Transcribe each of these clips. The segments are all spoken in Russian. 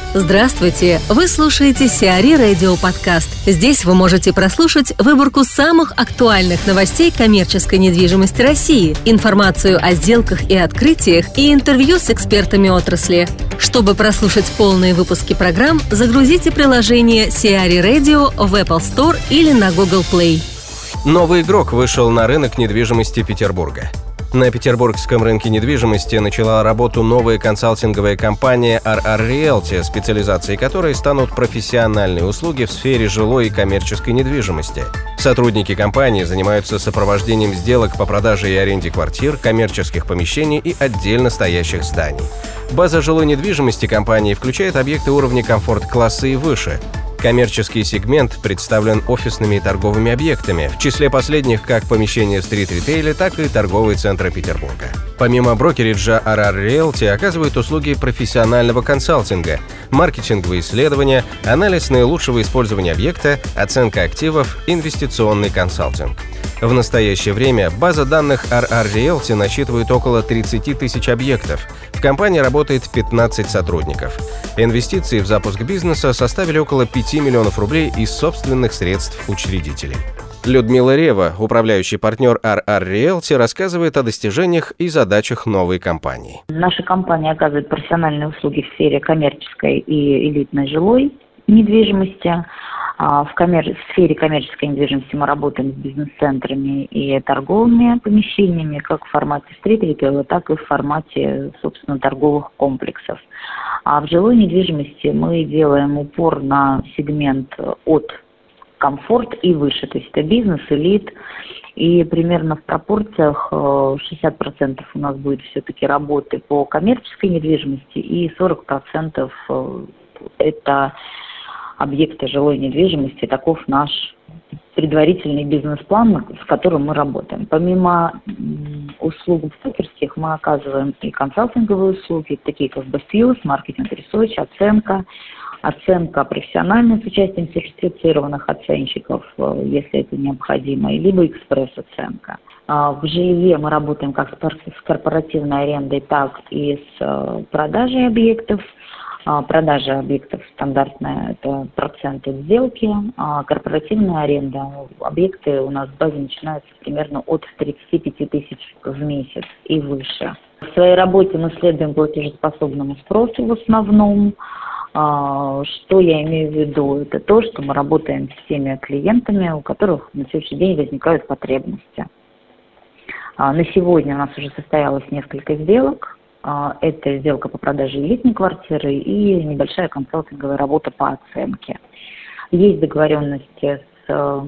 Здравствуйте! Вы слушаете Сиари Радио Подкаст. Здесь вы можете прослушать выборку самых актуальных новостей коммерческой недвижимости России, информацию о сделках и открытиях и интервью с экспертами отрасли. Чтобы прослушать полные выпуски программ, загрузите приложение Сиари Radio в Apple Store или на Google Play. Новый игрок вышел на рынок недвижимости Петербурга. На петербургском рынке недвижимости начала работу новая консалтинговая компания RR Realty, специализацией которой станут профессиональные услуги в сфере жилой и коммерческой недвижимости. Сотрудники компании занимаются сопровождением сделок по продаже и аренде квартир, коммерческих помещений и отдельно стоящих зданий. База жилой недвижимости компании включает объекты уровня комфорт-класса и выше. Коммерческий сегмент представлен офисными и торговыми объектами, в числе последних как помещения в стрит-ритейле, так и торговые центры Петербурга. Помимо брокериджа, RR Realty оказывает услуги профессионального консалтинга, маркетинговые исследования, анализ наилучшего использования объекта, оценка активов, инвестиционный консалтинг. В настоящее время база данных RR Realty насчитывает около 30 тысяч объектов. В компании работает 15 сотрудников. Инвестиции в запуск бизнеса составили около 5 миллионов рублей из собственных средств учредителей. Людмила Рева, управляющий партнер RR Realty, рассказывает о достижениях и задачах новой компании. Наша компания оказывает профессиональные услуги в сфере коммерческой и элитной жилой недвижимости. В сфере коммерческой недвижимости мы работаем с бизнес-центрами и торговыми помещениями, как в формате стрит-ритейла, так и в формате, собственно, торговых комплексов. А в жилой недвижимости мы делаем упор на сегмент от комфорт и выше, то есть это бизнес, элит, и примерно в пропорциях 60% у нас будет все-таки работы по коммерческой недвижимости и 40% это объекты жилой недвижимости. Таков наш предварительный бизнес-план, с которым мы работаем. Помимо услуг брокерских мы оказываем и консалтинговые услуги, такие как BestViews, маркетинг ресерч, оценка профессиональная с участием сертифицированных оценщиков, если это необходимо, либо экспресс-оценка. В жилье мы работаем как с корпоративной арендой, так и с продажей объектов. Продажа объектов стандартная – это процент от сделки, а корпоративная аренда – объекты у нас в базе начинаются примерно от 35 тысяч в месяц и выше. В своей работе мы следуем платежеспособному спросу в основном. Что я имею в виду? Это то, что мы работаем с теми клиентами, у которых на сегодняшний день возникают потребности. На сегодня у нас уже состоялось несколько сделок. Это сделка по продаже элитной квартиры и небольшая консалтинговая работа по оценке. Есть договоренности с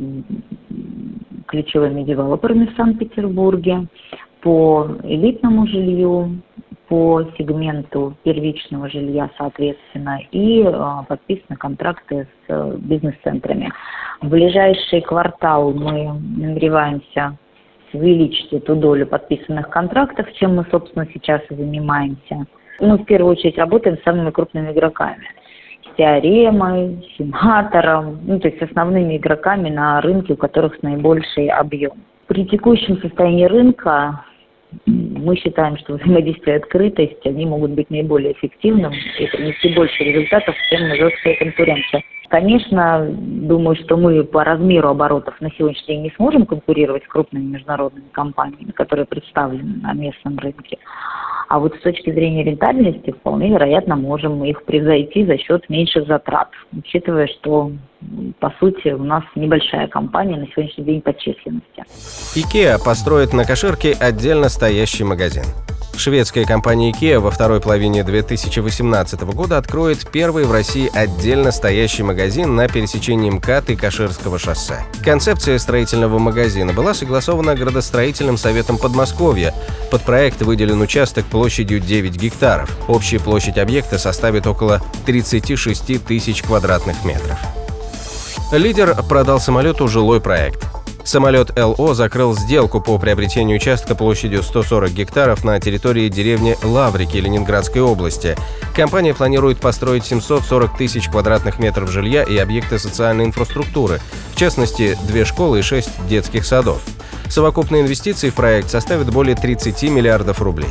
ключевыми девелоперами в Санкт-Петербурге по элитному жилью, по сегменту первичного жилья, соответственно, и подписаны контракты с бизнес-центрами. В ближайший квартал мы намереваемся увеличить эту долю подписанных контрактов, чем мы, собственно, сейчас и занимаемся. Мы в первую очередь работаем с самыми крупными игроками. С Теоремой, Симатором, то есть основными игроками на рынке, у которых наибольший объем. При текущем состоянии рынка мы считаем, что взаимодействие и открытость, они могут быть наиболее эффективным и принести больше результатов, чем жесткая конкуренция. Конечно, думаю, что мы по размеру оборотов на сегодняшний день не сможем конкурировать с крупными международными компаниями, которые представлены на местном рынке. А вот с точки зрения рентабельности вполне вероятно можем их превзойти за счет меньших затрат, учитывая, что по сути у нас небольшая компания на сегодняшний день по численности. IKEA построит на Каширке отдельно стоящий магазин. Шведская компания IKEA во второй половине 2018 года откроет первый в России отдельно стоящий магазин на пересечении МКАД и Каширского шоссе. Концепция строительного магазина была согласована градостроительным советом Подмосковья. Под проект выделен участок площадью 9 гектаров. Общая площадь объекта составит около 36 тысяч квадратных метров. Лидер продал самолету жилой проект. Самолет ЛО закрыл сделку по приобретению участка площадью 140 гектаров на территории деревни Лаврики Ленинградской области. Компания планирует построить 740 тысяч квадратных метров жилья и объекты социальной инфраструктуры, в частности, 2 школы и 6 детских садов. Совокупные инвестиции в проект составят более 30 миллиардов рублей.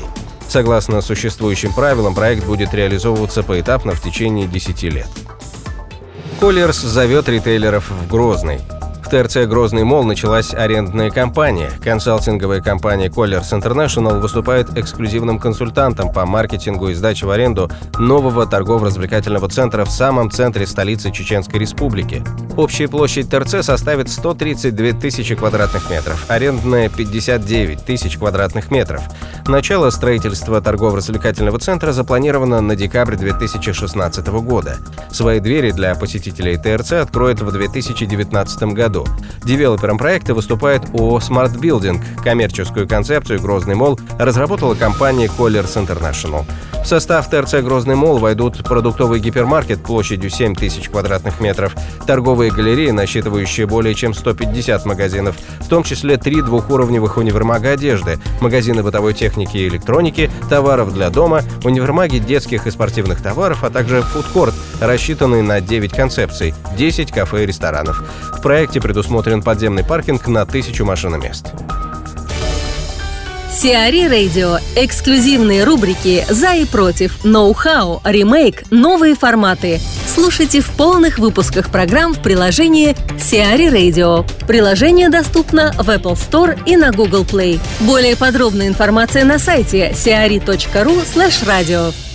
Согласно существующим правилам, проект будет реализовываться поэтапно в течение 10 лет. Colliers зовет ритейлеров в Грозный. В ТРЦ «Грозный Молл» началась арендная кампания. Консалтинговая компания Colliers International выступает эксклюзивным консультантом по маркетингу и сдаче в аренду нового торгово-развлекательного центра в самом центре столицы Чеченской Республики. Общая площадь ТРЦ составит 132 тысячи квадратных метров, арендная – 59 тысяч квадратных метров. Начало строительства торгово-развлекательного центра запланировано на декабрь 2016 года. Свои двери для посетителей ТРЦ откроет в 2019 году. Девелопером проекта выступает ООО «Smart Building». Коммерческую концепцию «Грозный Молл» разработала компания Colliers International. В состав ТРЦ «Грозный Молл» войдут продуктовый гипермаркет площадью 7 тысяч квадратных метров, торговые галереи, насчитывающие более чем 150 магазинов, в том числе 3 двухуровневых универмага одежды, магазины бытовой техники и электроники, товаров для дома, универмаги детских и спортивных товаров, а также фудкорт, рассчитанный на 9 концепций, 10 кафе и ресторанов. В проекте предусмотрен подземный паркинг на 1000 машиномест. Сиари Радио. Эксклюзивные рубрики «За и против», «Ноу-хау», «Ремейк», «Новые форматы». Слушайте в полных выпусках программ в приложении Сиари Radio. Приложение доступно в Apple Store и на Google Play. Более подробная информация на сайте siari.ru/radio.